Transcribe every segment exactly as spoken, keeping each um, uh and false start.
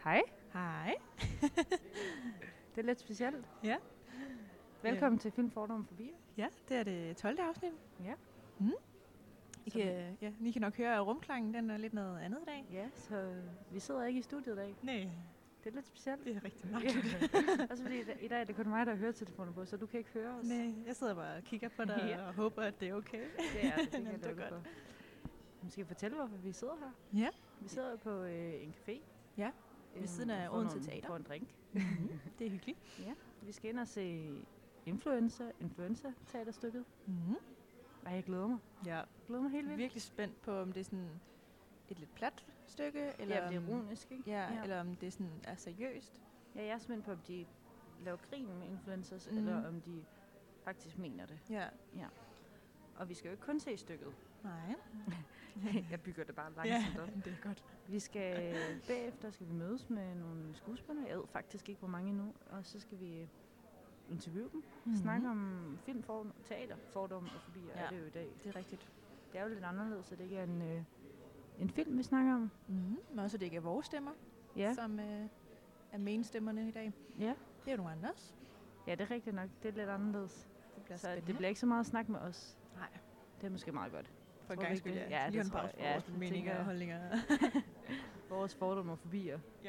Hej. Hej. Det er lidt specielt. Ja. Velkommen ja. til Film, Fordomme, Fobier. Ja, det er det tolvte afsnit. Ja. Mm. I, kan, ja, I kan nok høre, at rumklangen den er lidt noget andet i dag. Ja, så vi sidder ikke i studiet i dag. Nej. Det er lidt specielt. Det er rigtig mærkeligt. Ja. Også fordi i dag er det kun mig, der har høretelefoner på, så du kan ikke høre os. Nej, jeg sidder bare og kigger på dig ja. og håber, at det er okay. Det er det, det kan jeg det er godt. Nu skal jeg fortælle, hvorfor vi sidder her. Ja. Vi sidder på øh, en café. Ja, ved siden af Odense Teater. For en drink. Mm-hmm. Det er hyggeligt. Ja, vi skal ind og se Influenza, Influenza-teaterstykket. Mm-hmm. Ej, jeg glæder mig. Ja. Jeg glæder mig helt Jeg er vildt. virkelig spændt på, om det er sådan et lidt plat stykke, eller Ja, det er om, ironisk, ikke? ja, ja, eller om det sådan er seriøst. Ja, jeg er spændt på, om de laver grin med influencers, Mm. eller om de faktisk mener det. Ja. Ja. Og vi skal jo ikke kun se stykket. Nej. Jeg bygger det bare langsomt op. Ja, det er godt. Vi skal bagefter skal vi mødes med nogle skuespillere. Jeg ved faktisk ikke, hvor mange endnu. Og så skal vi interviewe dem. Mm-hmm. Snakke om film, for, teater, fordomme og fobier ja. er det jo i dag. Det er rigtigt. Det er jo lidt anderledes, så det ikke er en, øh, en film, vi snakker om. Mm-hmm. Men også, det ikke er vores stemmer, Ja. som øh, er main-stemmerne i dag. Ja. Det er jo nogle andres. Ja, det er rigtigt nok. Det er lidt anderledes. Det bliver Så spændende. det bliver ikke så meget snak med os. Nej. Det er måske meget godt. For en Tror vi gang ikke skyld, det? ja. Ja, Lige det en tror pause for jeg. Ja, vores det meninger tænker og jeg. holdninger. Vores fordomme og fobier. Ja.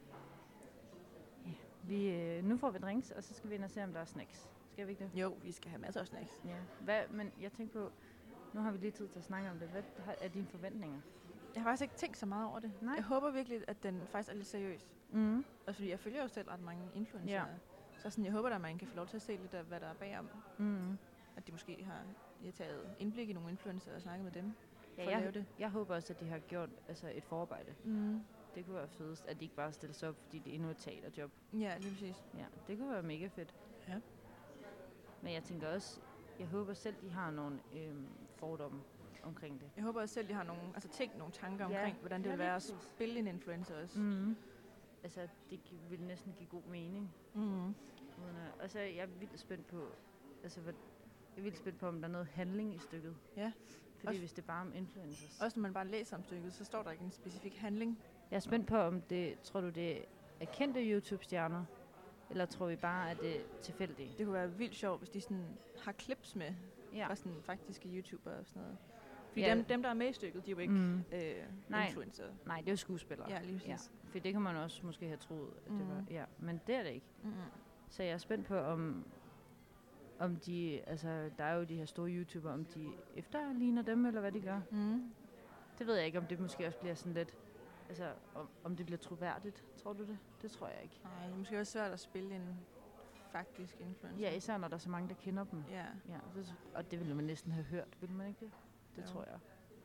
Vi, øh, nu får vi drinks, og så skal vi ind og se, om der er snacks. Skal vi ikke det? Jo, vi skal have masser af snacks. Ja. Hvad, men jeg tænker på, nu har vi lige tid til at snakke om det. Hvad har- er dine forventninger? Jeg har faktisk ikke tænkt så meget over det. Nej. Jeg håber virkelig, at den faktisk er lidt seriøs. Mm. Også fordi jeg følger jo selv ret mange influencer. Ja. Så sådan, jeg håber, at man kan få lov til at se lidt af, hvad der er bagom. Mm. At de måske har, de har taget indblik i nogle influencer og snakket med dem. Ja, for at lave jeg, det. jeg håber også, at de har gjort altså, et forarbejde. Mm. Det kunne være fedest, at de ikke bare stiller sig op, fordi det er endnu et teaterjob. Ja, lige præcis. Ja, det kunne være mega fedt. Ja. Men jeg tænker også, jeg håber selv, de har nogle øhm, fordomme omkring det. Jeg håber også selv, at de har nogle, altså tænkt nogle tanker Ja. omkring, hvordan det Ja, vil lige være at præcis. spille en influencer også. Mm. Altså, det gi- vil næsten give god mening. Mm. Uden at, altså, jeg er vildt spændt på, altså, hvad, jeg er vildt spændt på, om der er noget handling i stykket. Ja. Fordi Også- hvis det er bare om influencers. Også når man bare læser om stykket, så står der ikke en specifik handling. Jeg er spændt på, om det, tror du, det er kendte YouTube-stjerner? Eller tror vi bare, at det er tilfældigt? Det kunne være vildt sjovt, hvis de sådan har clips med Ja. fra sådan faktiske YouTubere og sådan noget. Fordi Ja. dem, dem, der er med i stykket, de er jo ikke Mm. øh, Nej. influencer. Nej, det er jo skuespillere. Ja, lige præcis. Ja. For det kan man også måske have troet, at det Mhm. var. Ja, men det er det ikke. Mm-hmm. Så jeg er spændt på, om, om de, altså, der er jo de her store YouTubere, om de efterligner dem, eller hvad de gør. Mm. Det ved jeg ikke, om det måske også bliver sådan lidt, altså, om, om det bliver troværdigt. Tror du det? Det tror jeg ikke. Nej, det er måske også svært at spille en faktisk influencer. Ja, især når der er så mange, der kender dem. Ja. Ja, det, og det ville man næsten have hørt, ville man ikke det? Det Jo. tror jeg.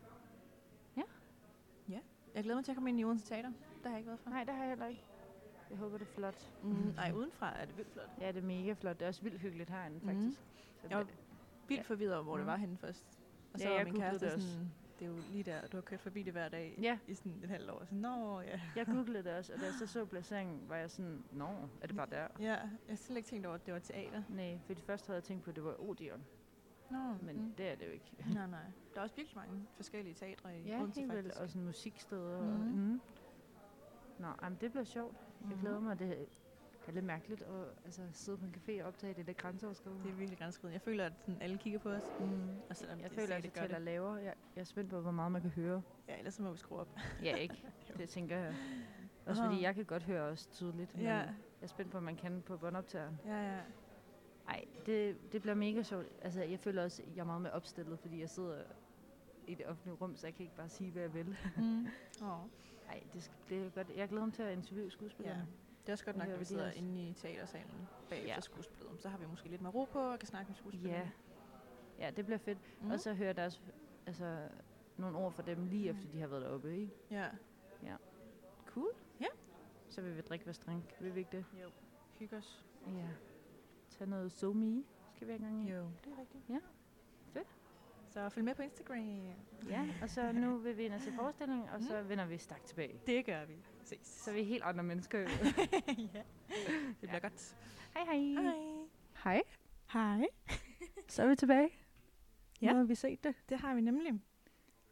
Jeg glæder mig til at komme ind i Odense Teater. Der har jeg ikke været før. Nej, det har jeg heller ikke. Jeg håber, det er flot. Mm, nej, udenfra er det vildt flot. Ja, det er mega flot. Det er også vildt hyggeligt herinde, Mhm. faktisk. Så Jeg var det- vildt Ja. forvirret over, hvor det Mhm. var henne først. Og så Ja, var jeg min googlede kæreste det også. sådan, det er jo lige der, du har kørt forbi det hver dag Ja. i sådan et halvt år. Så, nå, ja. Jeg googlede det også, og da jeg så så placeringen, var jeg sådan, nå, er det bare der? Ja, jeg har slet ikke tænkt over, at det var teater. Nej, for først havde jeg tænkt på, at det var Odeon, Nå, men mm. det er det jo ikke. Nej, nej. Der er også virkelig mange forskellige teatre i Ja, Odense, helt vildt. faktisk. Og sådan musiksteder. Mhm. Og, mm. Nå, jamen, det bliver sjovt. Jeg Mhm. glæder mig. Det er lidt mærkeligt at altså, sidde på en café og optage det lidt grænseoverskridende. Det er virkelig grænseoverskridende. Jeg føler, at sådan alle kigger på os. Mm. Og selvom Jeg de føler, sikkert at jeg gør taler det. lavere. Jeg, jeg er spændt på, hvor meget man kan høre. Ja, ellers så må vi skrue op. Ja, ikke? Det tænker jeg. Også Aha. fordi jeg kan godt høre os tydeligt. Men Ja. jeg er spændt på, om man kan på båndoptageren. Ja, ja. Ej, det, det bliver mega sjovt. Altså, jeg føler også, at jeg er meget med opstillet, fordi jeg sidder i det offentlige rum, så jeg kan ikke bare sige, hvad jeg vil. Mm. Oh. Ej, det, skal, det er godt. Jeg glæder mig til at interviewe Ja. skuespillerne. Det er også godt Nu nok, hører at vi vi sidder det også. inde i teatersalen bagefter Ja. skuespillet. Så har vi måske lidt mere ro på og kan snakke med skuespillerne. Ja. Ja, det bliver fedt. Mm. Mm. Og så hører jeg deres, altså, nogle ord fra dem lige Mm. efter, de har været deroppe, ikke? Ja. Cool. Ja. Så vil vi drikke vores drink. Vil vi ikke det? Jo. Hygge os. Ja. Tag noget SoMe. Skal vi have gang i? Jo, det er rigtigt. Ja. Fedt. Så følg med på Instagram. Ja, og så nu vil vi ind og se forestillingen, og Mm. så vender vi stærkt tilbage. Det gør vi. Ses. Så er vi helt andre mennesker. Jo. ja. Det bliver Ja. godt. Hej hej. Hej. Hej. Hej. Så er vi tilbage. Ja. Nu har vi set det. Det har vi nemlig.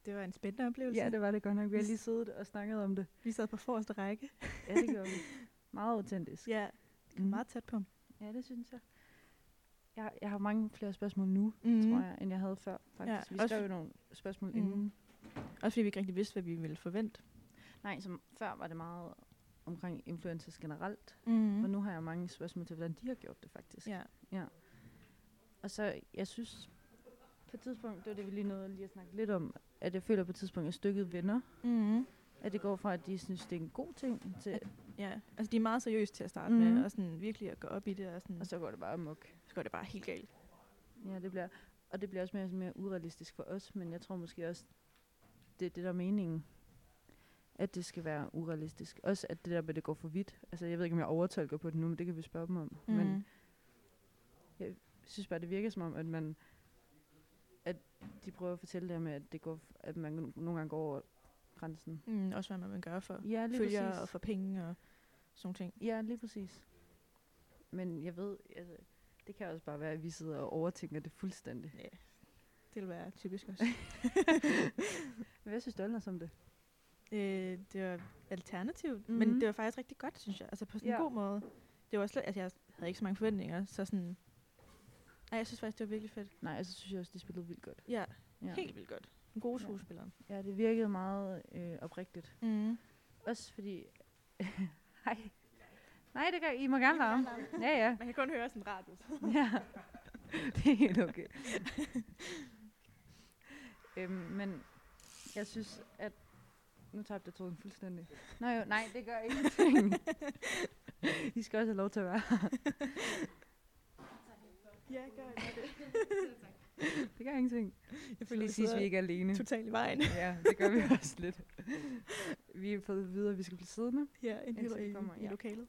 Det var en spændende oplevelse. Ja, det var det godt nok. Vi har lige siddet og snakket om det. Vi sad på forreste række. Ja, det gjorde vi. Meget autentisk. Ja, det kom Mm. meget tæt på. Ja, det synes jeg. Jeg, jeg har mange flere spørgsmål nu, Mm. tror jeg, end jeg havde før, faktisk. Ja, Vi også- skrev jo nogle spørgsmål Mm. inden. Også fordi vi ikke rigtig vidste, hvad vi ville forvente. Nej, som før var det meget omkring influencers generelt. Mm. Og nu har jeg mange spørgsmål til, hvordan de har gjort det, faktisk. Ja. Og så, jeg synes, på et tidspunkt, det var det, vi lige nåede lige at snakke lidt om, at jeg føler på et tidspunkt, at stykket venner. Mm. At det går fra, at de synes, det er en god ting, til, At- Ja, altså de er meget seriøse til at starte Mhm. med, og sådan virkelig at gå op i det, og, sådan, og så går det bare amok. så går det bare helt galt. Ja, det bliver, og det bliver også mere, mere urealistisk for os, men jeg tror måske også, det er det, der er meningen, at det skal være urealistisk. Også at det der med, det går for vidt. Altså, jeg ved ikke, om jeg overtolker på det nu, men det kan vi spørge dem om. Mm. Men jeg synes bare, det virker som om, at man, at de prøver at fortælle det med, at det går, at man nogle gange går over grænsen. Mm, også hvad man vil gøre for Ja, lige følgere præcis. og for penge og sådan ting. Ja, lige præcis. Men jeg ved, altså, det kan også bare være, at vi sidder og overtænker det fuldstændig. Ja, det vil være typisk også. Hvad synes du ellers om det? øh, det var alternativt, Mhm. mm-hmm. men det var faktisk rigtig godt, synes jeg. Altså på sådan Ja. en god måde. Det var slet, altså jeg havde ikke så mange forventninger, så sådan... Ej, jeg synes faktisk, det var virkelig fedt. Nej, altså synes jeg også, de spillede vildt godt. Ja, Ja, helt vildt godt. En god Ja. skuespiller. ja det virkede meget øh, oprigtigt. Mm. Også fordi... Hej. Nej, det gør I må gerne larme. Ja, ja. Man kan kun høre sådan en radius. Ja, det er helt okay. øhm, men jeg synes, at... Nu tabte jeg tråden fuldstændig. Nå jo, nej, det gør ingenting. I skal også have lov til at være her. Ja, gør det. Det gør ingenting. Jeg Så lige sidst, vi ikke er alene. totalt i vejen. Ja, det gør vi også lidt. Vi har fået videre, at vi skal blive siddende. Ja, ind Indtil vi i, kommer, i ja. lokalet.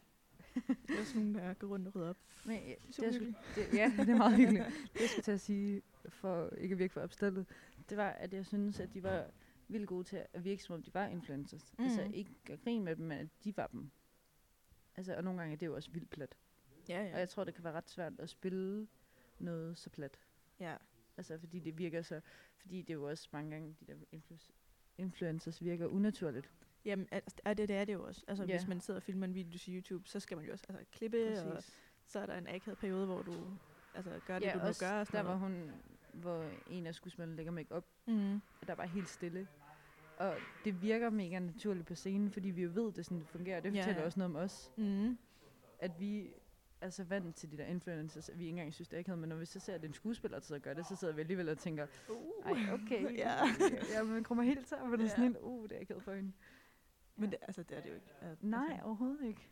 Der er også nogen, der går rundt og rydder op. Men, ja, det, super jeg skulle, det, ja, det er meget hyggeligt. Det jeg skulle til at sige, for ikke at virke for opstillet, det var, at jeg synes, at de var vildt gode til at virke, som om de var influencers. Mm. Altså Mhm. ikke at grine med dem, men at de var dem. Altså, og nogle gange er det jo også vildt plat. Ja, Og ja. jeg tror, det kan være ret svært at spille noget så plat. ja. Altså, fordi det virker så... Fordi det er jo også mange gange, de der influ- influencers virker unaturligt. Jamen, altså, det, det er det jo også. Altså, Ja. hvis man sidder og filmer en video til YouTube, så skal man jo også altså, klippe, og Præcis. så er der en akavet periode, hvor du altså, gør det, Ja, du må også gøre. og der sådan var noget. hun, hvor en af skuespillerne lægger make op, Mhm. og der var helt stille. Og det virker mega naturligt på scenen, fordi vi jo ved, det sådan, det fungerer. Det Ja, fortæller ja. også noget om os, Mhm. at vi er så vant til de der influencers, at vi ikke engang synes, det er ikke men når vi så ser, at det er en skuespiller, der sidder og gør det, så sidder vi alligevel og tænker, Uh. ej, okay, Ja. ja, man kommer helt tør på det Ja. sådan en, uh, det er ikke for hende. Men det, altså, det er det jo ikke. Altså, Nej, overhovedet ikke.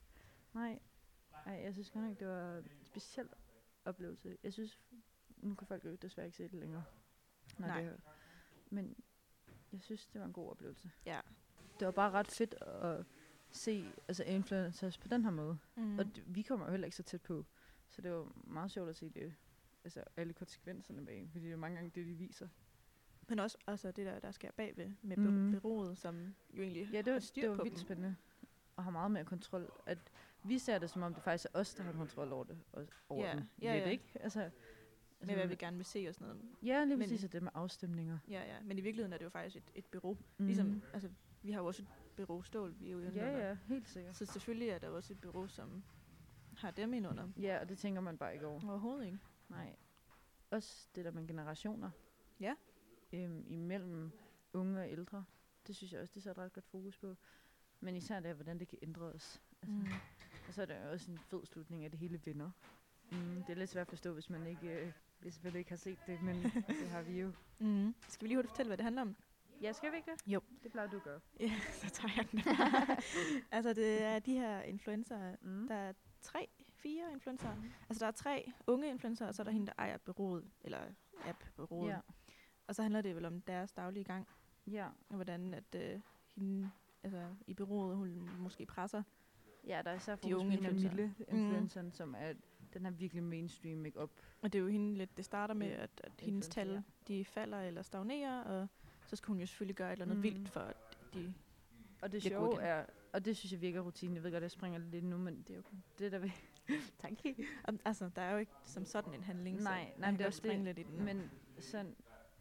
Nej. Ej, jeg synes godt nok, det var en speciel oplevelse. Jeg synes, nu kan folk jo desværre ikke se det længere. Når Nej. Det er, men jeg synes, det var en god oplevelse. Ja. Det var bare ret fedt at se altså influencers på den her måde. Mm. Mm. Og d- vi kommer jo heller ikke så tæt på. Så det var meget sjovt at se det. Altså alle konsekvenserne bag. Fordi det er mange gange det, de viser. Men også altså, det, der, der sker bagved med Mhm. mm. bureauet, som jo egentlig Ja, det har var, styr det var på vildt dem. spændende. Og har meget mere kontrol. At vi ser det som om, det faktisk er os, der har kontrol over det. Og, over Ja, dem. ja, Lidt, ja. ikke? Altså, Med hvad vi gerne vil se og sådan noget. Ja, lige Men- præcis, at det med afstemninger. Ja, ja. Men i virkeligheden er det jo faktisk et, et bureau. Mm. Mm. Ligesom, altså, vi har jo også et bureau Stål, vi er jo inde under. Ja, ja, helt sikkert. Så selvfølgelig er der også et bureau, som har dem ind under. Ja, og det tænker man bare ikke over. Overhovedet ikke. Nej. Også det der med generationer. Ja. Øhm, imellem unge og ældre. Det synes jeg også, det sætter ret godt fokus på. Men især det, hvordan det kan ændre os. Altså, Mm. Og så er der jo også en fed slutning af det hele venner. Mm, det er lidt svært at forstå, hvis man ikke, øh, hvis selvfølgelig ikke har set det, men det har vi jo. Mm. Skal vi lige hurtigt fortælle, hvad det handler om? Ja, skal vi ikke det? Jo. Det plejer du at gøre. Ja, så tager jeg den. altså, det er de her influencer. Mm. Der er tre, fire influencer. Altså, der er tre unge influencer, og så er der hende, der ejer bureauet, eller app-bureauet. Ja. Og så handler det vel om deres daglige gang, Ja. og hvordan at øh, hende, altså i bureauet, hun måske presser. Ja, der er især De fokus på unge hende af influencer. Mille, influenceren, mm. som er den her virkelig mainstream make-up. Og det er jo hende lidt, det starter med, at, at hendes Influencer, tal, de falder eller stagnerer, og så skal hun jo selvfølgelig gøre et eller andet Mm. vildt, for at de... Og det Det er sjove godt, ja. er, og det synes jeg virker rutinen. Jeg ved godt, jeg springer lidt nu, men det er jo det der ved. Tak. Og, altså, der er jo ikke som sådan en handling, Nej, så nej, men det er kan også springe det. lidt i den. Men sådan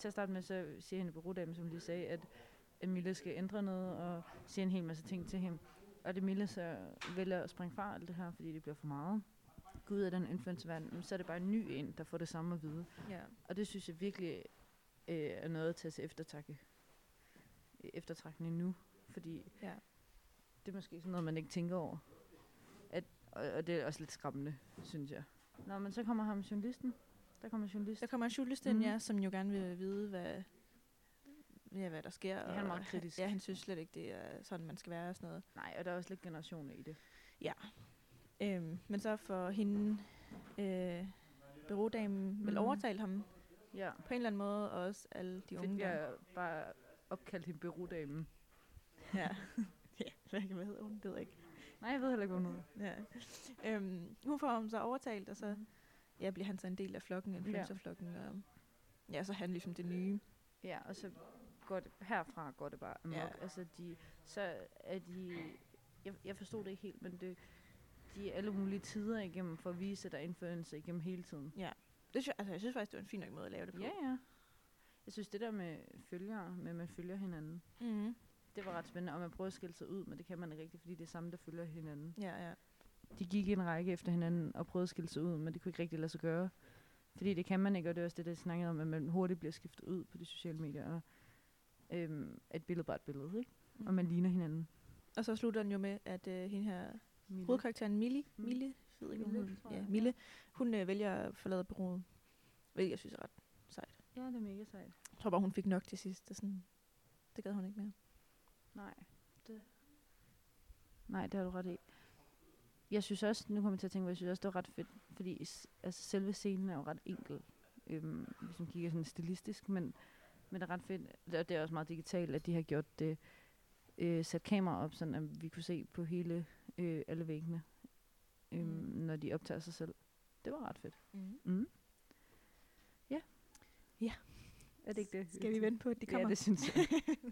til at starte med, så siger hende bureaudamen, som lige sagde, at, at Mille skal ændre noget, og siger en hel masse ting til hende. Og det Mille så vælger at springe fra alt det her, fordi det bliver for meget. Gå ud af den influencerverden, så er det bare en ny en, der får det samme at vide. Ja. Og det synes jeg virkelig øh, er noget til at se eftertakke. eftertragtning nu, fordi Ja. det er måske sådan noget, man ikke tænker over. At, og, og det er også lidt skræmmende, synes jeg. Nå, men så kommer ham journalisten. Der kommer journalist. Der kommer en journalist ind, Mhm. ja, som jo gerne vil vide, hvad, ja, hvad der sker. Ja, han er meget kritisk. Ja, han synes slet ikke, det er sådan, man skal være og sådan noget. Nej, og der er også lidt generationer i det. Øhm, men så får hende, øh, bureaudamen, mm. vel Mhm. overtalt ham Ja. på en eller anden måde, og også alle de Fedt, unge vi der. har bare opkaldt hende bureaudamen. Ja. Ja, hvad, hvad hedder hun? Det ved jeg ikke. Nej, jeg ved heller ikke, hvad hun hedder. Ja. Øhm, hun får ham så overtalt, og så ja, bliver han så en del af flokken, influencerflokken, og ja, så er han ligesom det nye. Ja, og så går det, herfra går det bare amok. Ja. Altså, de, så er de... Jeg, jeg forstod det ikke helt, men det, de er alle mulige tider igennem for at vise, at der er influencer igennem hele tiden. Det, sy- altså, jeg synes faktisk, det var en fin nok måde at lave det på. Ja, ja. Jeg synes, det der med følgere, med at man følger hinanden, Mm-hmm. det var ret spændende, og man prøver at skille sig ud, men det kan man ikke rigtigt, fordi det er samme, der følger hinanden. Ja, ja. De gik i en række efter hinanden og prøvede at skille sig ud, men det kunne ikke rigtig lade sig gøre. Fordi det kan man ikke, og det er også det, der snakkede om, at man hurtigt bliver skiftet ud på de sociale medier, og øhm, et billede bare et billede, ikke? Mm. Og man ligner hinanden. Og så slutter den jo med, at øh, hende her, Mille. hovedkarakteren Millie, Mm. Mille, jeg ved ikke, hvad hun Mille, hedder. tror Ja, jeg. Mille, hun øh, vælger at forlade bureauet, hvilket jeg synes er ret sejt. Ja, det er mega sejt. Jeg tror bare, hun fik nok til sidst, og sådan, det gad hun ikke mere. Nej, det... Nej, det har du ret i. Jeg synes også, nu kommer jeg til at tænke på, jeg synes også, det var ret fedt, fordi s- altså, selve scenen er jo ret enkel, øhm, hvis man kigger sådan stilistisk, men, men det er ret fedt, og det er også meget digitalt, at de har gjort det, øh, sat kamera op, sådan at vi kunne se på hele, øh, alle væggene, øhm, Mm. når de optager sig selv. Det var ret fedt. Mm. Mm. Ja. Ja. Er det ikke det? Skal vi vente på, at de kommer? Ja, det synes jeg.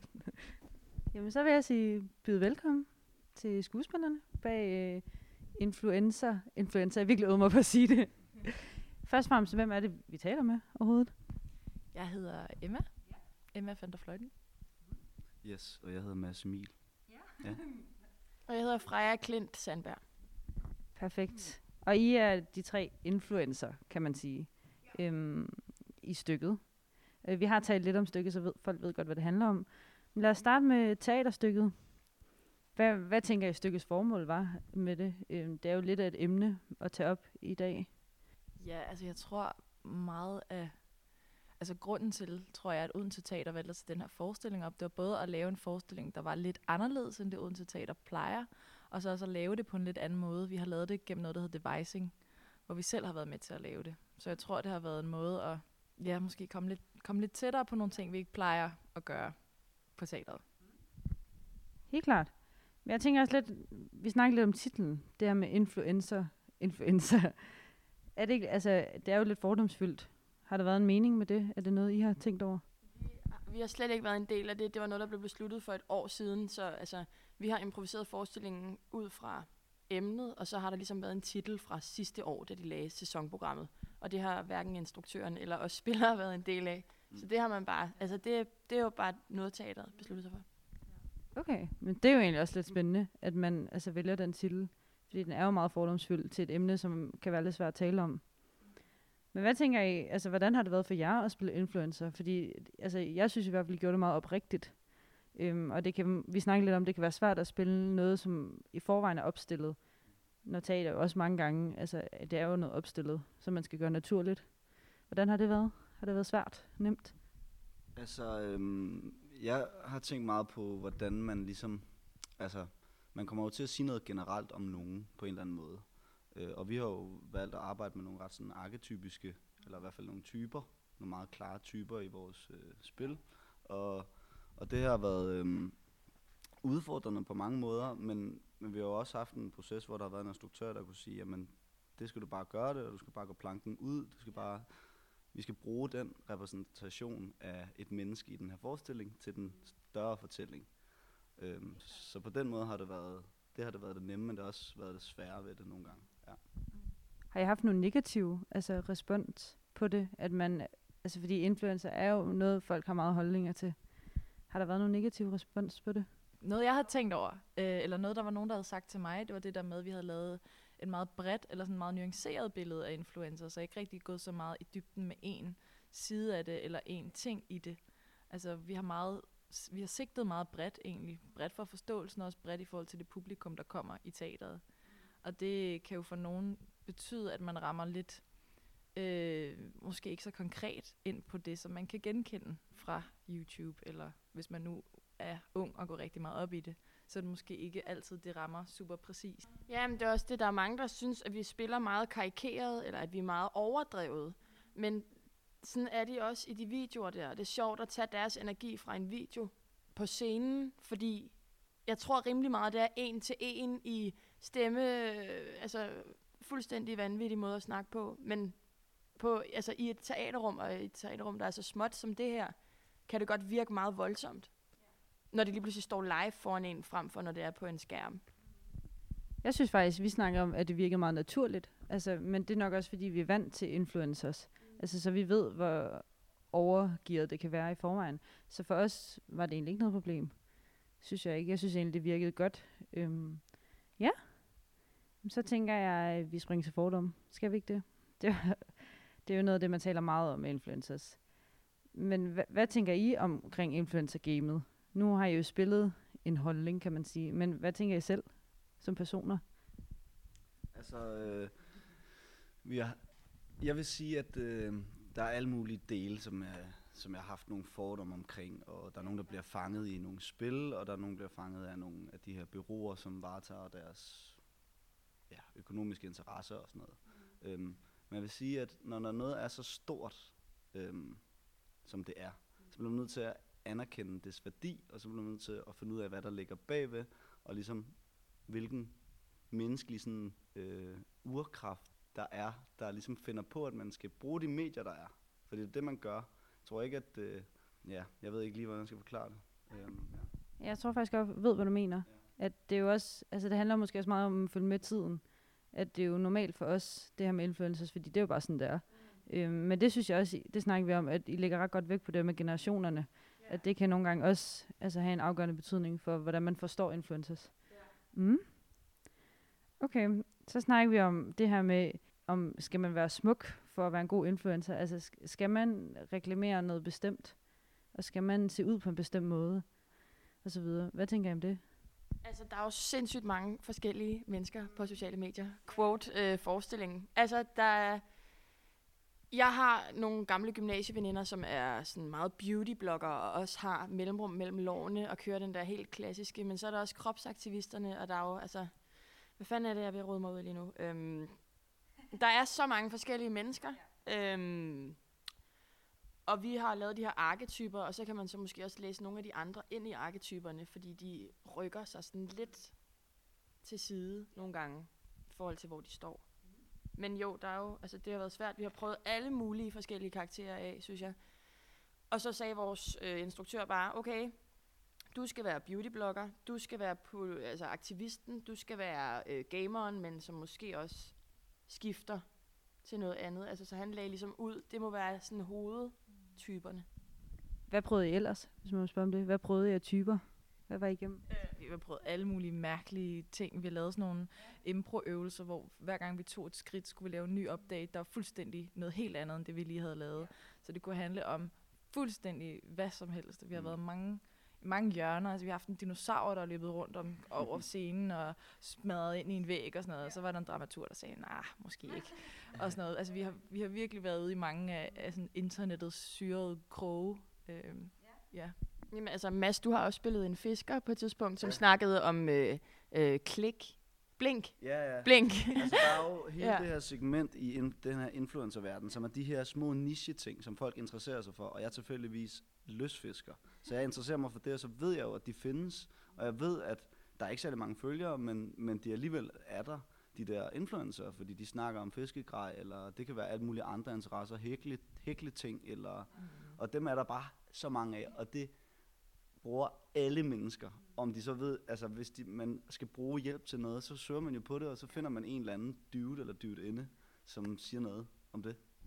Jamen, så vil jeg sige, byde velkommen til skuespillerne bag øh, influencer. Influencer, jeg er virkelig øvet mig på at sige det. Først og fremmest, hvem er det, vi taler med overhovedet? Jeg hedder Emma. Emma van der Fløjten. Yes, og jeg hedder Mads Emil. Og jeg hedder Freja Klint Sandberg. Perfekt. Og I er de tre influencer, kan man sige, øhm, i stykket. Øh, vi har talt lidt om stykket, så ved, folk ved godt, hvad det handler om. Men lad os starte med teaterstykket. Hvad, hvad tænker I stykkets formål var med det? Øhm, det er jo lidt af et emne at tage op i dag. Ja, altså jeg tror meget af... Altså grunden til, tror jeg, at Odense Teater valgte til den her forestilling op, det var både at lave en forestilling, der var lidt anderledes, end det Odense Teater plejer, og så også at lave det på en lidt anden måde. Vi har lavet det gennem noget, der hedder devising, hvor vi selv har været med til at lave det. Så jeg tror, det har været en måde at ja, måske komme lidt, komme lidt tættere på nogle ting, vi ikke plejer at gøre på teateret. Helt klart. Men jeg tænker også lidt, vi snakker lidt om titlen, det her med influencer. Influencer. Er det ikke, altså, det er jo lidt fordomsfyldt. Har der været en mening med det? Er det noget, I har tænkt over? Vi har slet ikke været en del af det. Det var noget, der blev besluttet for et år siden. Så altså, vi har improviseret forestillingen ud fra emnet, og så har der ligesom været en titel fra sidste år, da de lagde sæsonprogrammet. Og det har hverken instruktøren eller os spillere været en del af. Så det har man bare, altså det, det er jo bare noget, teateret besluttet sig for. Okay, men det er jo egentlig også lidt spændende, at man altså vælger den titel. Fordi den er jo meget fordomsfyldt til et emne, som kan være lidt svært at tale om. Men hvad tænker I, altså hvordan har det været for jer at spille influencer? Fordi altså, jeg synes i hvert fald, I gjorde det meget oprigtigt. Øhm, og det kan, vi snakker lidt om, det kan være svært at spille noget, som i forvejen er opstillet. Når teater jo også mange gange, altså det er jo noget opstillet, som man skal gøre naturligt. Hvordan har det været? Har det været svært? Nemt? Altså, øhm, jeg har tænkt meget på, hvordan man ligesom, altså, man kommer jo til at sige noget generelt om nogen på en eller anden måde. Øh, og vi har jo valgt at arbejde med nogle ret sådan arketypiske, eller i hvert fald nogle typer, nogle meget klare typer i vores øh, spil. Og, og det har været øhm, udfordrende på mange måder, men, men vi har jo også haft en proces, hvor der har været en instruktør, der kunne sige, jamen, det skal du bare gøre det, og du skal bare gå planken ud, du skal bare, vi skal bruge den repræsentation af et menneske i den her forestilling til den større fortælling. Øhm, så på den måde har det været, det har det været det nemme, men det har også været det svære ved det nogle gange. Ja. Har I haft nogle negative altså respons på det, at man Altså fordi influencer er jo noget, folk har meget holdninger til. Har der været nogen negativ respons på det? Noget, jeg havde tænkt over, øh, eller noget, der var nogen, der havde sagt til mig, det var det der med, at vi havde lavet et meget bredt, eller sådan meget nuanceret billede af influencer, så ikke rigtig gået så meget i dybden med en side af det, eller en ting i det. Altså, vi har meget, vi har sigtet meget bredt egentlig. Bredt for forståelsen, og også bredt i forhold til det publikum, der kommer i teateret. Og det kan jo for nogen betyde, at man rammer lidt, øh, måske ikke så konkret ind på det, som man kan genkende fra YouTube, eller hvis man nu er ung og går rigtig meget op i det, så er det måske ikke altid, det rammer super præcis. Ja, men det er også det, der er mange, der synes, at vi spiller meget karikeret, eller at vi er meget overdrevet. Men sådan er de også i de videoer der. Det er sjovt at tage deres energi fra en video på scenen, fordi jeg tror rimelig meget, det er en til en i stemme, øh, altså fuldstændig vanvittig måde at snakke på. Men på, altså, i et teaterrum, og et teaterrum, der er så småt som det her, kan det godt virke meget voldsomt. Når det lige pludselig står live foran en, frem for når det er på en skærm. Jeg synes faktisk, vi snakker om, at det virker meget naturligt. Altså, men det er nok også, fordi vi er vant til influencers. Mm. Altså, så vi ved, hvor overgearet det kan være i forvejen. Så for os var det egentlig ikke noget problem. Synes jeg ikke. Jeg synes egentlig, det virkede godt. Øhm, ja. Så tænker jeg, at vi springer til fordom. Skal vi ikke det? Det er, det er jo noget af det, man taler meget om med influencers. Men hva- hvad tænker I omkring influencer-gamet? Nu har I jo spillet en holdning, kan man sige. Men hvad tænker I selv som personer? Altså, øh, vi har, jeg vil sige, at øh, der er alle mulige dele, som jeg, som jeg har haft nogle fordomme omkring. Og der er nogen, der bliver fanget i nogle spil, og der er nogen, der bliver fanget af nogle af de her bureauer, som varetager deres ja, økonomiske interesser og sådan noget. Mm. Øhm, men jeg vil sige, at når der noget er så stort, øhm, som det er, så bliver man nødt til at anerkende dets værdi, og så bliver man nødt til at finde ud af, hvad der ligger bagved, og ligesom hvilken menneskelig sådan, øh, urkraft der er, der ligesom finder på, at man skal bruge de medier, der er. For det er det, man gør. Jeg tror ikke, at... Øh, ja, jeg ved ikke lige, hvordan jeg skal forklare det. Øhm, ja. Jeg tror faktisk godt, ved, hvad du mener. Ja. At det er jo også... Altså, det handler måske også meget om at følge med tiden. At det er jo normalt for os, det her med influencers, fordi det er jo bare sådan, det er. Mm. Øhm, men det synes jeg også, det snakker vi om, at I lægger ret godt væk på det med generationerne. Yeah. At det kan nogle gange også altså, have en afgørende betydning for, hvordan man forstår influencers. Yeah. Mm. Okay, så snakker vi om det her med, om skal man være smuk for at være en god influencer? Altså, skal man reklamere noget bestemt? Og skal man se ud på en bestemt måde? Og så videre. Hvad tænker I om det? Altså, der er jo sindssygt mange forskellige mennesker på sociale medier. Quote øh, forestillingen. Altså, der er... Jeg har nogle gamle gymnasieveninder, som er sådan meget beauty-blogger, og også har mellemrum mellem lårene og kører den der helt klassiske. Men så er der også kropsaktivisterne, og der er jo, altså... Hvad fanden er det, jeg vil rode mig ud lige nu? Øhm, der er så mange forskellige mennesker. Øhm, og vi har lavet de her arketyper, og så kan man så måske også læse nogle af de andre ind i arketyperne, fordi de rykker sig sådan lidt til side nogle gange, i forhold til, hvor de står. Men jo, der er jo, altså det har været svært. Vi har prøvet alle mulige forskellige karakterer af, synes jeg. Og så sagde vores øh, instruktør bare, okay, du skal være beautyblogger, du skal være på, altså aktivisten, du skal være øh, gameren, men som måske også skifter til noget andet. Altså så han lagde ligesom ud, det må være sådan hovedtyperne. Hvad prøvede I ellers, hvis man må spørge om det? Hvad prøvede I af typer? Hvad var I igennem? Øh, vi har prøvet alle mulige mærkelige ting. Vi har lavet sådan nogle impro-øvelser, hvor hver gang vi tog et skridt, skulle vi lave en ny update. Der var fuldstændig noget helt andet, end det vi lige havde lavet. Så det kunne handle om fuldstændig hvad som helst. Vi har været mange... mange hjørner. Altså, vi har haft en dinosaur, der er løbet rundt om over scenen og smadret ind i en væg og sådan noget. Og så var der en dramaturg, der sagde, nej, nah, måske ikke. Og sådan noget. Altså, vi har, vi har virkelig været ude i mange af, af sådan internettets syrede kroge. Øhm, ja. Jamen, altså, Mads, du har også spillet en fisker på et tidspunkt, som ja. snakkede om øh, øh, klik. Blink. Ja, ja. Blink. Altså, der er jo hele ja. det her segment i in, den her influencerverden, som er de her små niche-ting, som folk interesserer sig for, og jeg er tilfældigvis lystfisker. Så jeg interesserer mig for det, og så ved jeg jo, at de findes, og jeg ved, at der er ikke særlig mange følgere, men, men de alligevel er der, de der influencer, fordi de snakker om fiskegrej, eller det kan være alle mulige andre interesser, hækle, hækle ting, eller, mm. og dem er der bare så mange af, og det bruger alle mennesker. Om de så ved, altså hvis de, man skal bruge hjælp til noget, så søger man jo på det, og så finder man en eller anden dude eller dude inde, som siger noget om det.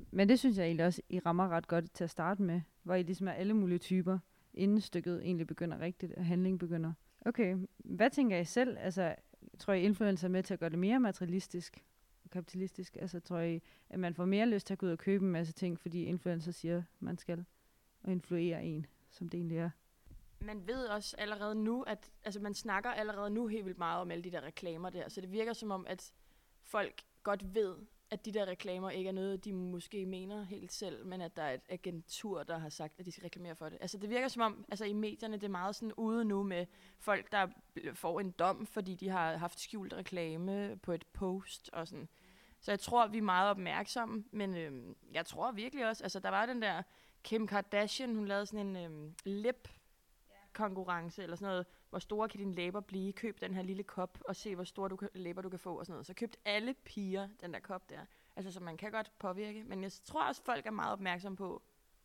Men det synes jeg egentlig også, I rammer ret godt til at starte med, hvor I ligesom er alle mulige typer, inden stykket egentlig begynder rigtigt, og handling begynder. Okay, hvad tænker I selv? Altså, tror I influencer er med til at gøre det mere materialistisk og kapitalistisk? Altså, tror I, at man får mere lyst til at gå ud og købe en masse ting, fordi influencer siger, man skal, og influere en, som det egentlig er? Man ved også allerede nu, at altså man snakker allerede nu helt vildt meget om alle de der reklamer der, så det virker som om, at folk godt ved, at de der reklamer ikke er noget, de måske mener helt selv, men at der er et agentur, der har sagt, at de skal reklamere for det. Altså det virker som om, altså i medierne, det er meget sådan ude nu med folk, der får en dom, fordi de har haft skjult reklame på et post og sådan. Så jeg tror, vi er meget opmærksomme, men øhm, jeg tror virkelig også, altså der var den der Kim Kardashian, hun lavede sådan en øhm, lip konkurrence eller sådan noget, hvor store kan dine læber blive, køb den her lille kop og se, hvor store du kan, læber du kan få og sådan noget. Så købte alle piger den der kop der. Altså, så man kan godt påvirke, men jeg tror også, folk er meget opmærksomme på,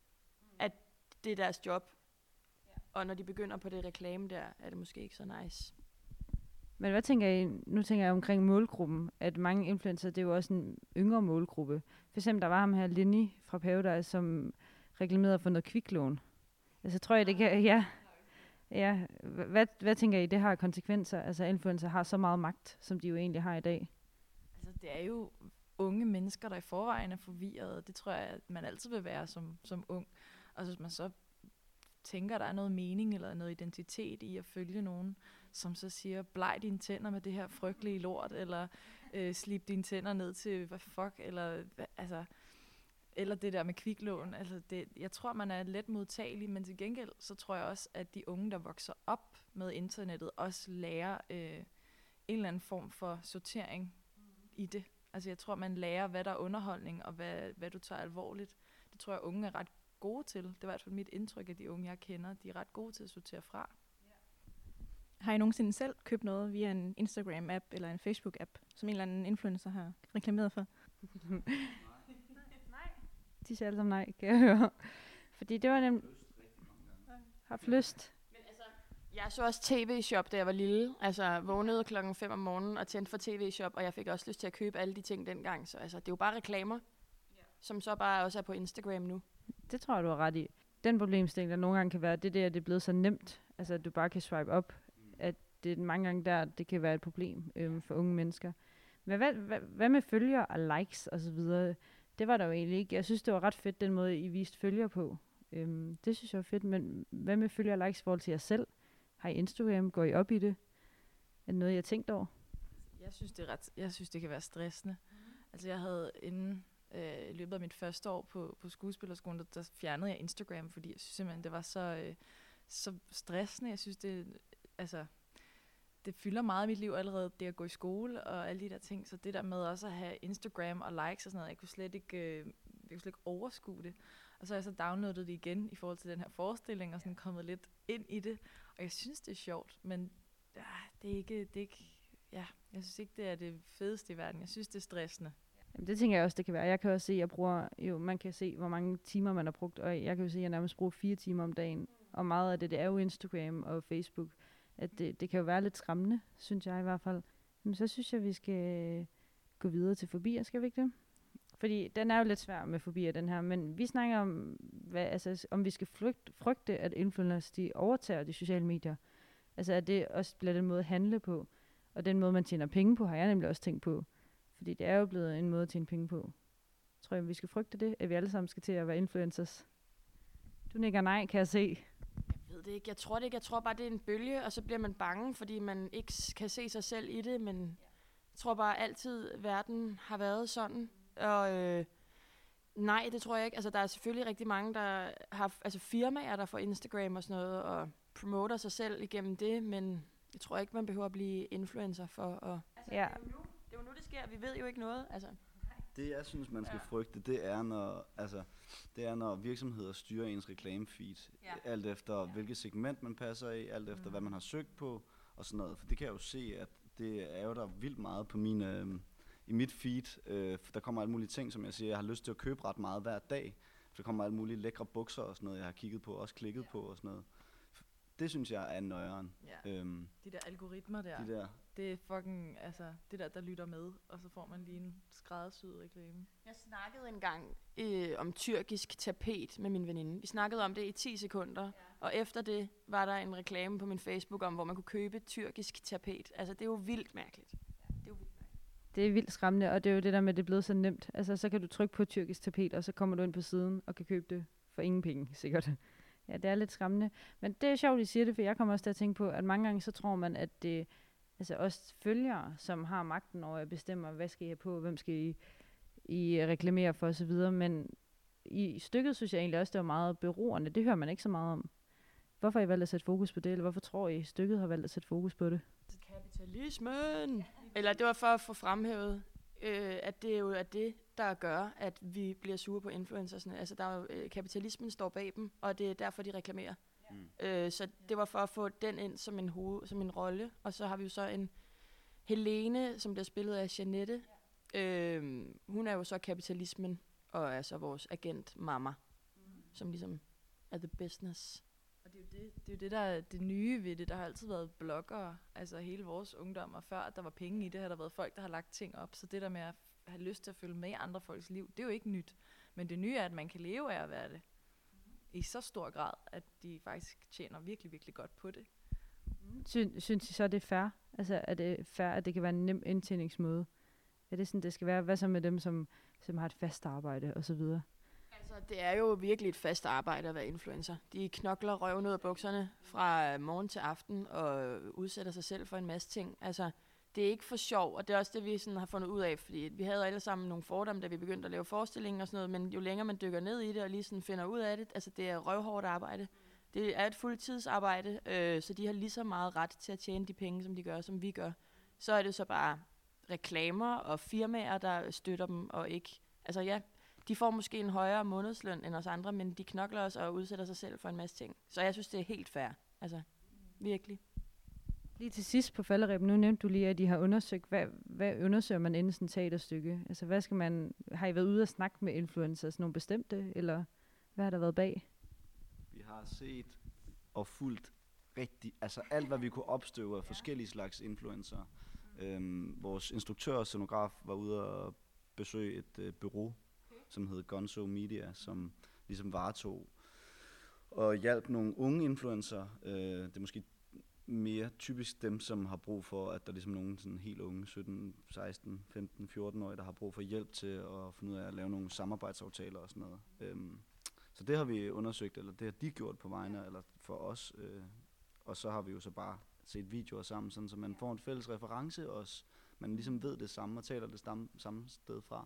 at det er deres job. Og når de begynder på det reklame der, er det måske ikke så nice. Men hvad tænker I, nu tænker jeg omkring målgruppen, at mange influencer, det er jo også en yngre målgruppe. For eksempel, der var ham her, Linny fra Paradise, som reklamerede for noget kviklån. Altså, tror jeg, det kan, ja... Ja, hvad, hvad tænker I, det har konsekvenser? Altså, influencer har så meget magt, som de jo egentlig har i dag. Altså, det er jo unge mennesker, der i forvejen er forvirrede. Det tror jeg, at man altid vil være som, som ung. Og hvis man så tænker, der er noget mening eller noget identitet i at følge nogen, som så siger, bleg dine tænder med det her frygtelige lort, eller øh, slip dine tænder ned til, hvad fuck, eller altså... Eller det der med kviklån. Altså det, jeg tror, man er let modtagelig, men til gengæld, så tror jeg også, at de unge, der vokser op med internettet, også lærer øh, en eller anden form for sortering mm. i det. Altså jeg tror, man lærer, hvad der er underholdning, og hvad, hvad du tager alvorligt. Det tror jeg, unge er ret gode til. Det er i hvert fald mit indtryk af de unge, jeg kender. De er ret gode til at sortere fra. Yeah. Har I nogensinde selv købt noget via en Instagram-app eller en Facebook-app, som en eller anden influencer har reklameret for? De siger alle sammen nej, kan jeg høre. Fordi det var nemt... Haft lyst. Men altså, jeg så også tv-shop, da jeg var lille. Altså, vågnede klokken fem om morgenen og tændte for tv-shop, og jeg fik også lyst til at købe alle de ting dengang. Så altså, det er jo bare reklamer, yeah. som så bare også er på Instagram nu. Det tror jeg, du har ret i. Den problemstilling, der nogle gange kan være, det der, det er blevet så nemt, altså at du bare kan swipe op, at det er mange gange der, det kan være et problem øhm, for unge mennesker. Men hvad, hvad, hvad med følger og likes og så videre? Det var der jo egentlig ikke. Jeg synes, det var ret fedt, den måde, I viste følger på. Øhm, det synes jeg var fedt, men hvad med følger og likes i forhold til jer selv? Har I Instagram? Går I op i det? Er det noget, I har tænkt over? Jeg synes, det er ret, jeg synes, det kan være stressende. Mm. Altså, jeg havde inden øh, i løbet af mit første år på, på skuespillerskolen, der, der fjernede jeg Instagram, fordi jeg synes simpelthen, det var så, øh, så stressende. Jeg synes, det, altså, det fylder meget i mit liv allerede, det at gå i skole og alle de der ting. Så det der med også at have Instagram og likes og sådan noget, jeg kunne slet ikke, øh, jeg kunne slet ikke overskue det. Og så har jeg så downloadet det igen i forhold til den her forestilling og sådan kommet lidt ind i det. Og jeg synes, det er sjovt, men ja, det er ikke, det er ikke, ja, jeg synes ikke, det er det fedeste i verden. Jeg synes, det er stressende. Jamen, det tænker jeg også, det kan være. Jeg kan også se, at jeg bruger, jo, man kan se, hvor mange timer man har brugt, og jeg kan jo se, at jeg nærmest bruger fire timer om dagen. Og meget af det, det er jo Instagram og Facebook. At det, det kan jo være lidt skræmmende, synes jeg i hvert fald. Men så synes jeg, vi skal gå videre til fobier, skal vi ikke det? Fordi den er jo lidt svær med fobier, den her. Men vi snakker om, hvad, altså, om vi skal frygte, frygte, at influencers de overtager de sociale medier. Altså at det også bliver den måde at handle på. Og den måde, man tjener penge på, har jeg nemlig også tænkt på. Fordi det er jo blevet en måde at tjene penge på. Tror jeg, vi skal frygte det, at vi alle sammen skal til at være influencers. Du nikker nej, kan jeg se. Jeg ved det ikke. Jeg tror det ikke. Jeg tror bare, det er en bølge, og så bliver man bange, fordi man ikke kan se sig selv i det. Men jeg tror bare altid, at verden har været sådan. Og øh, nej, det tror jeg ikke. Altså, der er selvfølgelig rigtig mange, der har altså, firmaer, der får Instagram og sådan noget, og promoter sig selv igennem det, men jeg tror ikke, man behøver at blive influencer for at... Altså, ja. det, er jo nu, det er jo nu, det sker. Vi ved jo ikke noget. Altså. Det, jeg synes, man skal ja. frygte, det er, når, altså, det er, når virksomheder styrer ens reklamefeed. Ja. Alt efter, ja. hvilket segment man passer i, alt efter, mm. hvad man har søgt på, og sådan noget. For det kan jeg jo se, at det er jo der vildt meget på min... Øh, i mit feed, øh, der kommer alle mulige ting, som jeg siger, jeg har lyst til at købe ret meget hver dag. Der kommer alle mulige lækre bukser og sådan noget, jeg har kigget på, også klikket ja. på og sådan noget. det synes jeg er nøjeren. Ja. Øhm, De der algoritmer der, de der. det er fucking, altså, det der, der lytter med, og så får man lige en skræddersyet reklame. Jeg snakkede engang øh, om tyrkisk tapet med min veninde. Vi snakkede om det i ti sekunder, ja. Og efter det var der en reklame på min Facebook om, hvor man kunne købe tyrkisk tapet. Altså, det er jo vildt mærkeligt. Ja, det er jo vildt mærkeligt. Det er vildt skræmmende, og det er jo det der med, at det er blevet så nemt. Altså, så kan du trykke på tyrkisk tapet, og så kommer du ind på siden og kan købe det for ingen penge, sikkert. Ja, det er lidt skræmmende. Men det er sjovt, at I siger det, for jeg kommer også til at tænke på, at mange gange så tror man, at det altså os følgere, som har magten over at bestemme, hvad skal I have på, hvem skal I, I reklamere for osv., men i stykket synes jeg egentlig også, det var meget beroende. Det hører man ikke så meget om. Hvorfor har I valgt at sætte fokus på det, eller hvorfor tror I, stykket har valgt at sætte fokus på det? Kapitalismen! Eller det var for at få fremhævet, øh, at det jo er det, der gør, at vi bliver sure på influencersne. Altså, der er jo, øh, kapitalismen står bag dem, og det er derfor, de reklamerer. Mm. Øh, så det var for at få den ind som en, hoved, som en rolle. Og så har vi jo så en Helene, som bliver spillet af Jeanette. Ja. Øh, hun er jo så kapitalismen, og er så vores agent mamma, mm. som ligesom er the business. Og det er, jo det, det er jo det, der er det nye ved det. Der har altid været bloggere, altså hele vores ungdom, og før at der var penge i det, har der været folk, der har lagt ting op. Så det der med at have lyst til at følge med i andre folks liv, det er jo ikke nyt. Men det nye er, at man kan leve af at være det. I så stor grad, at de faktisk tjener virkelig, virkelig godt på det. Sy- synes I så, det er fair? Altså, er det fair, at det kan være en nem indtjeningsmåde? Er det sådan, det skal være? Hvad så med dem, som, som har et fast arbejde og så videre? Altså, det er jo virkelig et fast arbejde at være influencer. De knokler røven ud af bukserne fra morgen til aften og udsætter sig selv for en masse ting. Altså, det er ikke for sjov, og det er også det, vi sådan har fundet ud af, fordi vi havde alle sammen nogle fordomme, da vi begyndte at lave forestillinger og sådan noget, men jo længere man dykker ned i det og lige sådan finder ud af det, altså det er røvhårdt arbejde. Det er et fuldtidsarbejde, øh, så de har lige så meget ret til at tjene de penge, som de gør, som vi gør. Så er det så bare reklamer og firmaer, der støtter dem, og ikke, altså ja, de får måske en højere månedsløn end os andre, men de knokler os og udsætter sig selv for en masse ting. Så jeg synes, det er helt fair, altså virkelig. Lige til sidst på falderæben, nu nævnte du lige, at de har undersøgt, hvad, hvad undersøger man inden sådan et teaterstykke? Altså, hvad skal man, har I været ude og snakke med influencers, nogle bestemte, eller hvad har der været bag? Vi har set og fulgt rigtig, altså alt, hvad vi kunne opstøve af forskellige slags influencer. Øhm, vores instruktør og scenograf var ude og besøge et øh, bureau, som hed Gonzo Media, som ligesom varetog og hjalp nogle unge influencer. Øh, det er måske mere typisk dem, som har brug for, at der er ligesom nogen sådan helt unge, sytten, seksten, femten, fjorten-årige, der har brug for hjælp til at finde ud af at lave nogle samarbejdsaftaler og sådan noget. Øhm, så det har vi undersøgt, eller det har de gjort på vegne, eller for os. Øh, og så har vi jo så bare set videoer sammen, sådan, så man får en fælles reference, og man ligesom ved det samme og taler det samme, samme sted fra.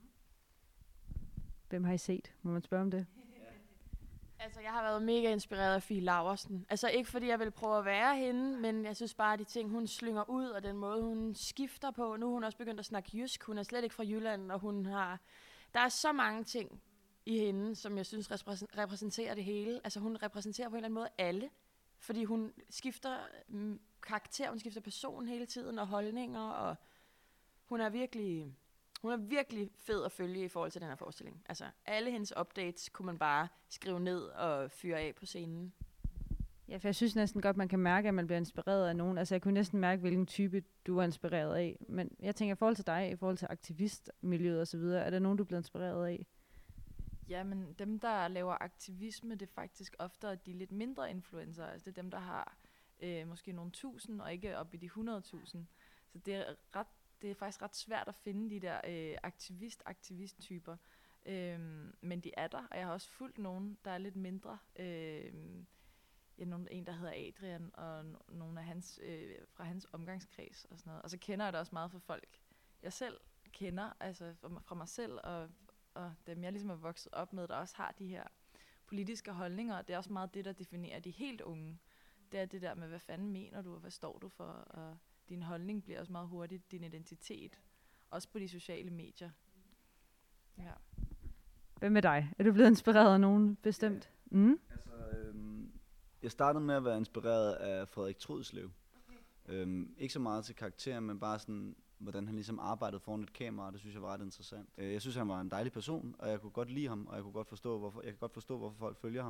Hvem har I set? Må man spørge om det? Altså, jeg har været mega inspireret af Fie Laursen. Altså, ikke fordi jeg vil prøve at være hende, men jeg synes bare, at de ting, hun slynger ud, og den måde, hun skifter på. Nu er hun også begyndt at snakke jysk. Hun er slet ikke fra Jylland, og hun har... Der er så mange ting i hende, som jeg synes repræsenterer det hele. Altså, hun repræsenterer på en eller anden måde alle. Fordi hun skifter mm, karakter, hun skifter person hele tiden, og holdninger, og hun er virkelig... Hun er virkelig fed at følge i forhold til den her forestilling. Altså, alle hendes updates kunne man bare skrive ned og fyre af på scenen. Ja, for jeg synes næsten godt, man kan mærke, at man bliver inspireret af nogen. Altså, jeg kunne næsten mærke, hvilken type du er inspireret af. Men jeg tænker, i forhold til dig, i forhold til aktivistmiljøet og så videre, er der nogen, du bliver inspireret af? Ja, men dem, der laver aktivisme, det er faktisk ofte de lidt mindre influencer. Altså, det er dem, der har øh, måske nogle tusind, og ikke op i de hundrede tusind. Så det er ret Det er faktisk ret svært at finde de der øh, aktivist-aktivist-typer. Øhm, men de er der, og jeg har også fulgt nogen, der er lidt mindre. Øhm, ja, nogen, en, der hedder Adrian, og no- nogle af hans, øh, fra hans omgangskreds og sådan noget. Og så kender jeg det også meget for folk, jeg selv kender, altså fra, fra mig selv, og, og dem, jeg ligesom er vokset op med, der også har de her politiske holdninger. Det er også meget det, der definerer de helt unge. Det er det der med, hvad fanden mener du, og hvad står du for, og din holdning bliver også meget hurtigt din identitet. Også på de sociale medier. Ja. Hvad med dig? Er du blevet inspireret af nogen bestemt? Ja. Mm? Altså, øhm, jeg startede med at være inspireret af Frederik Trudslev. Okay. Øhm, ikke så meget til karakteren, men bare sådan, hvordan han ligesom arbejdede foran et kamera. Det synes jeg var ret interessant. Øh, jeg synes, han var en dejlig person, og jeg kunne godt lide ham, og jeg kunne godt forstå, hvorfor, jeg kan godt forstå, hvorfor folk følger ham.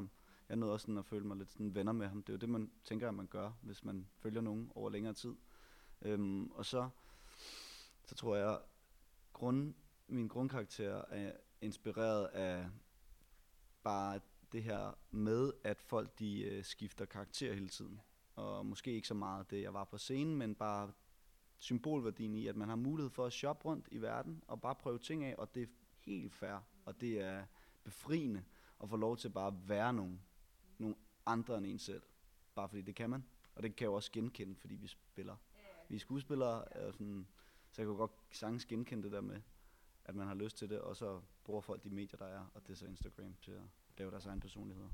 jeg nåede også sådan at føle mig lidt sådan venner med ham. Det er jo det, man tænker, at man gør, hvis man følger nogen over længere tid. Øhm, og så, så tror jeg, grund, min grundkarakter er inspireret af bare det her med, at folk de øh, skifter karakter hele tiden. Og måske ikke så meget det, jeg var på scenen, men bare symbolværdien i, at man har mulighed for at shoppe rundt i verden og bare prøve ting af, og det er helt fair, og det er befriende at få lov til bare at være nogen, nogen andre end en selv. Bare fordi det kan man, og det kan jeg jo også genkende, fordi vi spiller. Vi er skuespillere, og sådan, så jeg kan godt sagtens genkende det der med, at man har lyst til det, og så bruger folk de medier, der er, og det er så Instagram til at lave deres egen personligheder.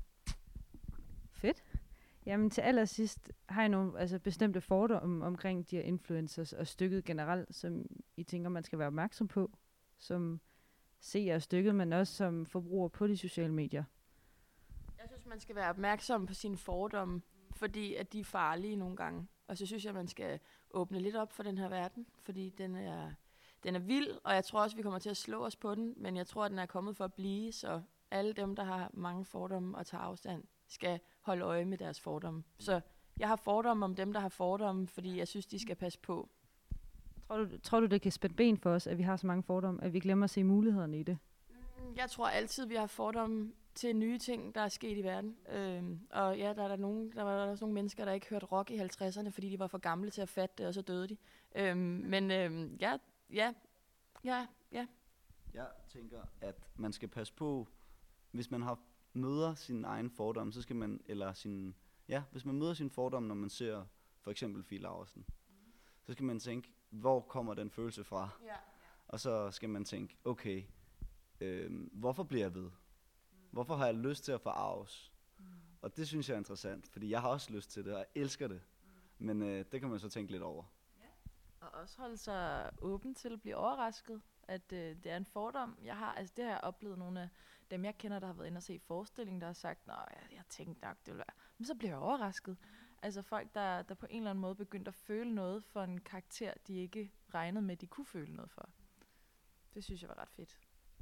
Fedt. Jamen til allersidst har jeg nogle altså, bestemte fordomme omkring de her influencers og stykket generelt, som I tænker, man skal være opmærksom på, som seer af stykket, men også som forbruger på de sociale medier. Jeg synes, man skal være opmærksom på sine fordomme, fordi at de er farlige nogle gange. Og så synes jeg, man skal åbne lidt op for den her verden, fordi den er, den er vild, og jeg tror også, vi kommer til at slå os på den, men jeg tror, at den er kommet for at blive, så alle dem, der har mange fordomme og tager afstand, skal holde øje med deres fordomme. Så jeg har fordomme om dem, der har fordomme, fordi jeg synes, de skal passe på. Tror du, tror du det kan spænde ben for os, at vi har så mange fordomme, at vi glemmer at se mulighederne i det? Jeg tror altid, vi har fordomme til nye ting, der er sket i verden. Øhm, og ja, der er der nogen, der var der også nogle mennesker, der ikke hørte rock i halvtredserne, fordi de var for gamle til at fatte det, og så døde de. Øhm, men øhm, ja, ja, ja, ja. Jeg tænker, at man skal passe på, hvis man har møder sin egen fordom, så skal man, eller sin, ja, hvis man møder sin fordom, når man ser for eksempel Fie Laursen, så skal man tænke, hvor kommer den følelse fra? Ja. Og så skal man tænke, okay, øh, hvorfor bliver jeg ved? Hvorfor har jeg lyst til at forarves? Mm. Og det synes jeg er interessant, fordi jeg har også lyst til det, og jeg elsker det. Mm. Men øh, det kan man så tænke lidt over. Ja. Og også holde sig åben til at blive overrasket, at øh, det er en fordom. Jeg har, altså det har jeg oplevet nogle af dem, jeg kender, der har været inde og se forestillingen, der har sagt, nej, jeg, jeg tænkte nok, det ville være. Men så bliver jeg overrasket. Altså folk, der, der på en eller anden måde begyndte at føle noget for en karakter, de ikke regnede med, de kunne føle noget for. Det synes jeg var ret fedt.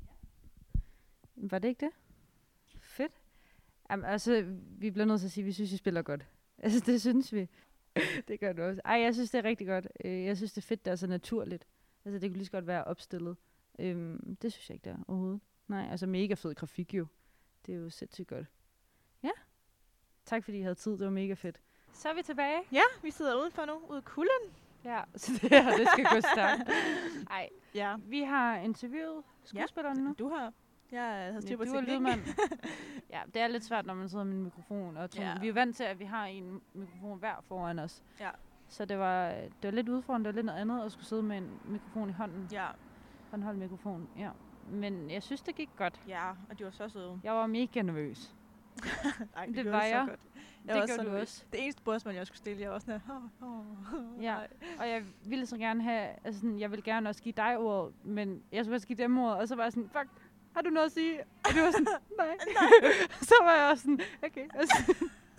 Var det ikke det? Fedt. Jamen, altså, vi bliver nødt til at sige, at vi synes, I spiller godt. Altså, det synes vi. Det gør du også. Ej, jeg synes, det er rigtig godt. Jeg synes, det er fedt, det er så naturligt. Altså, det kunne lige så godt være opstillet. Øhm, det synes jeg ikke, der er overhovedet. Nej, altså mega fed grafik jo. Det er jo sindssygt godt. Ja. Tak fordi I havde tid. Det var mega fedt. Så er vi tilbage. Ja, vi sidder udenfor nu, ude i kulden. Ja, så det her, det skal gå stærkt. Ej, Ja. vi har interviewet skuespillerne nu. Du har. Jeg havde styr på Ja, du er teknikken. lydmand. Ja, det er lidt svært, når man sidder med en mikrofon. Og to. Ja. Vi er vant til, at vi har en mikrofon hver foran os. Ja. Så det var, det var lidt udfordrende, det var lidt noget andet at skulle sidde med en mikrofon i hånden. Ja. Håndholdt mikrofon, ja. Men jeg synes, det gik godt. Ja, og de var så søde. Jeg var mega nervøs. Ej, Det gjorde var så jeg. godt. Det var gør så du nervøs. også. Det eneste spørgsmål, jeg skulle stille, jeg var sådan her. Oh, oh, Ja, og jeg ville så gerne have, altså sådan, jeg ville gerne også give dig ordet, men jeg skulle også give dem ordet, og så var jeg sådan, fuck, har du noget at sige? Og det var sådan, nej. Så var jeg også sådan, okay. Og så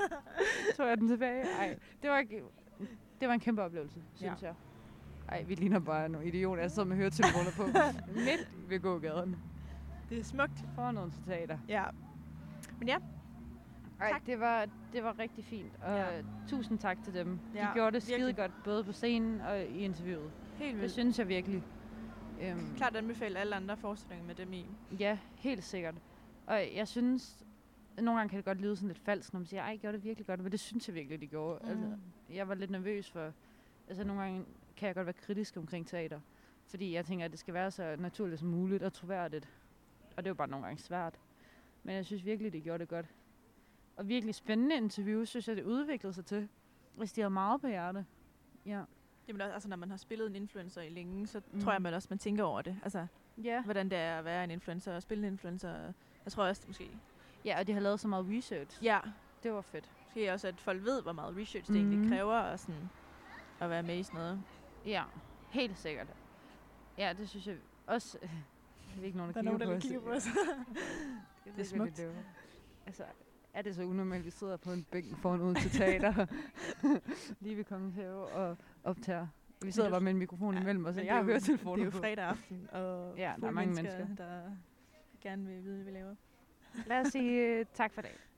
tog jeg den tilbage. Ej, det var, ikke, det var en kæmpe oplevelse, synes ja. jeg. Ej, vi ligner bare nogle idioter, jeg sidder med høretelefoner på, midt ved gågaden. Det er smukt. For nogle citater. Ja. Men ja, Ej, tak. det var, det var rigtig fint, og Ja. tusind tak til dem. De Ja, gjorde det skide virkelig. godt, både på scenen og i interviewet. Helt Det vildt. synes jeg virkelig. Øhm, Klart anbefale alle andre forestillinger med dem i. Ja, helt sikkert. Og jeg synes, nogle gange kan det godt lyde sådan lidt falsk, når man siger, ej, jeg gjorde det virkelig godt, men det synes jeg virkelig, de gjorde. Mm. Altså, jeg var lidt nervøs for, altså nogle gange kan jeg godt være kritisk omkring teater, fordi jeg tænker, at det skal være så naturligt som muligt og troværdigt. Og det er jo bare nogle gange svært. Men jeg synes virkelig, de gjorde det godt. Og virkelig spændende interview, synes jeg, det udviklede sig til. Hvis de havde meget på hjerte. Ja. Jamen også, altså, når man har spillet en influencer i længe, så Mm. tror jeg, man også man tænker over det. Altså, Ja. hvordan det er at være en influencer og spille en influencer. Jeg tror også, måske. Ja, og de har lavet så meget research. Ja, Det var fedt. måske også, at folk ved, hvor meget research det egentlig Mhm. kræver at, sådan, at være med i sådan noget. Ja, helt sikkert. Ja, det synes jeg også. Jeg ved ikke, nogen, der, Der er nogen, der kigger lige kigger på på os. os. Jeg Det er ved ikke, hvad smukt. de laver. Altså, er det så unormalt, at vi sidder på en bænk foran uden til teater, lige ved Kongens Have og optager. Vi sidder det- bare med en mikrofon Ja, imellem, og så men jeg har det er jo- høretelefoner Det er jo på. fredag aften, og Ja, der er fulde mange mennesker, mennesker. der gerne vil vide, hvad vi laver. Lad os sige uh, tak for i dag.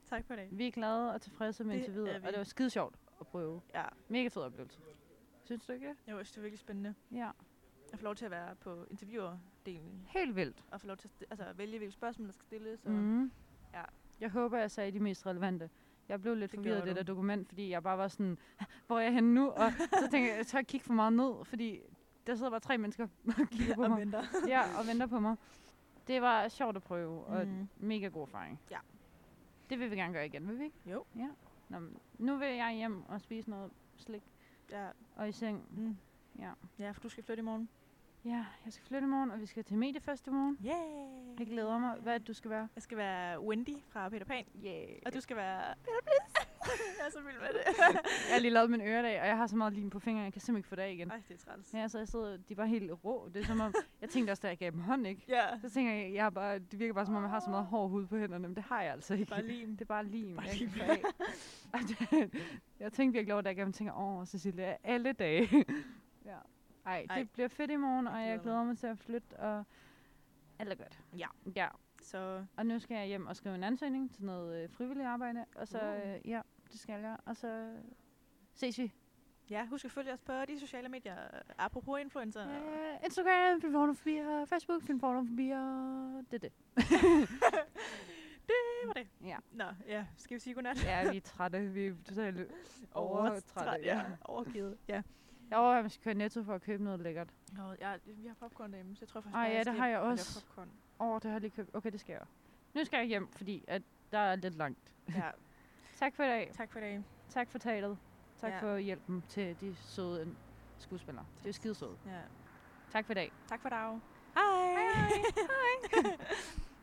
Tak for det. Vi er glade og tilfredse med Det indtil videre, er vi. og det var skide sjovt at prøve. Ja, Mega fed oplevelse. Synes du ikke det? jeg synes, det er virkelig spændende. Ja. At få lov til at være på interviewerdelen. Helt vildt. Og få lov til at sti- altså, vælge, hvilke spørgsmål, der skal stilles. Og Mm. Ja. Jeg håber, jeg sagde de mest relevante. Jeg blev lidt Det forvirret af gjorde det der du. dokument, fordi jeg bare var sådan, hvor er jeg henne nu? Og så tænkte jeg, jeg tør ikke kigge for meget ned, fordi der sidder bare tre mennesker og kigger på og mig. venter. Ja, og venter på mig. Det var sjovt at prøve, og Mhm. mega god erfaring. Ja. Det vil vi gerne gøre igen, vil vi ikke? Jo. Ja. Nå, men nu vil jeg hjem og spise noget slik Ja. og i seng. Mm. Ja. Ja, for du skal flytte i morgen. Ja, jeg skal flytte i morgen, og vi skal til Mediefest i morgen. Yeah! Jeg glæder mig. Hvad er det, du skal være? Jeg skal være Wendy fra Peter Pan. Yeah. Og du skal være Peter Bliss. Jeg er så vild med det. Jeg har lige lavet min øredag, og jeg har så meget lim på fingrene, jeg kan simpelthen ikke få det af igen. Ej, det er træls. Ja, så jeg sidder, de var helt rå. Det er som om, jeg tænkte også, da jeg gav dem hånd, ikke? Ja. Så tænker jeg, jeg har bare, det virker bare som om, jeg har så meget hård hud på hænderne, men det har jeg altså ikke. Bare lim. Det er bare lim. Bare jeg lim. kan få af. Og det- jeg tænkte virkelig over, da jeg gav dem, tænker, åh, Cecilia, alle dage. Ja. Ej, det Ej. bliver fedt i morgen, og Jeg jeg glæder glæder mig til at flytte, og alt er godt. Ja. Ja, Så og nu skal jeg hjem og skrive en ansøgning til noget øh, frivilligt arbejde, og så, Uh. øh, ja, det skal jeg, og så ses vi. ja, husk at følge os på de sociale medier. Apropos influencer. Ja, Instagram, filmfordomforbier, Facebook, filmfordomforbier, det er det. Det var det. Ja. Nå, ja. Skal vi sige godnat? Ja, vi er trætte, vi er totalt overtrætte. Ja. Overgivet. Ja. Jeg overvejer, at vi skal køre i Netto for at købe noget lækkert. Nå, ja, vi har popcorn derhjemme, så jeg tror faktisk, Ej, bare, ja, det skal har jeg hjem og lave også. Popcorn. Åh, oh, det har jeg lige købt. Okay, det skal jeg. Nu skal jeg hjem, fordi at der er lidt langt. Ja, Tak for i dag. tak for i dag. Tak for talet. Tak Ja. for hjælpen til de søde skuespillere. Det er skide søde. Ja. Tak for i dag. Tak for dag. Hej. Hej. Hej.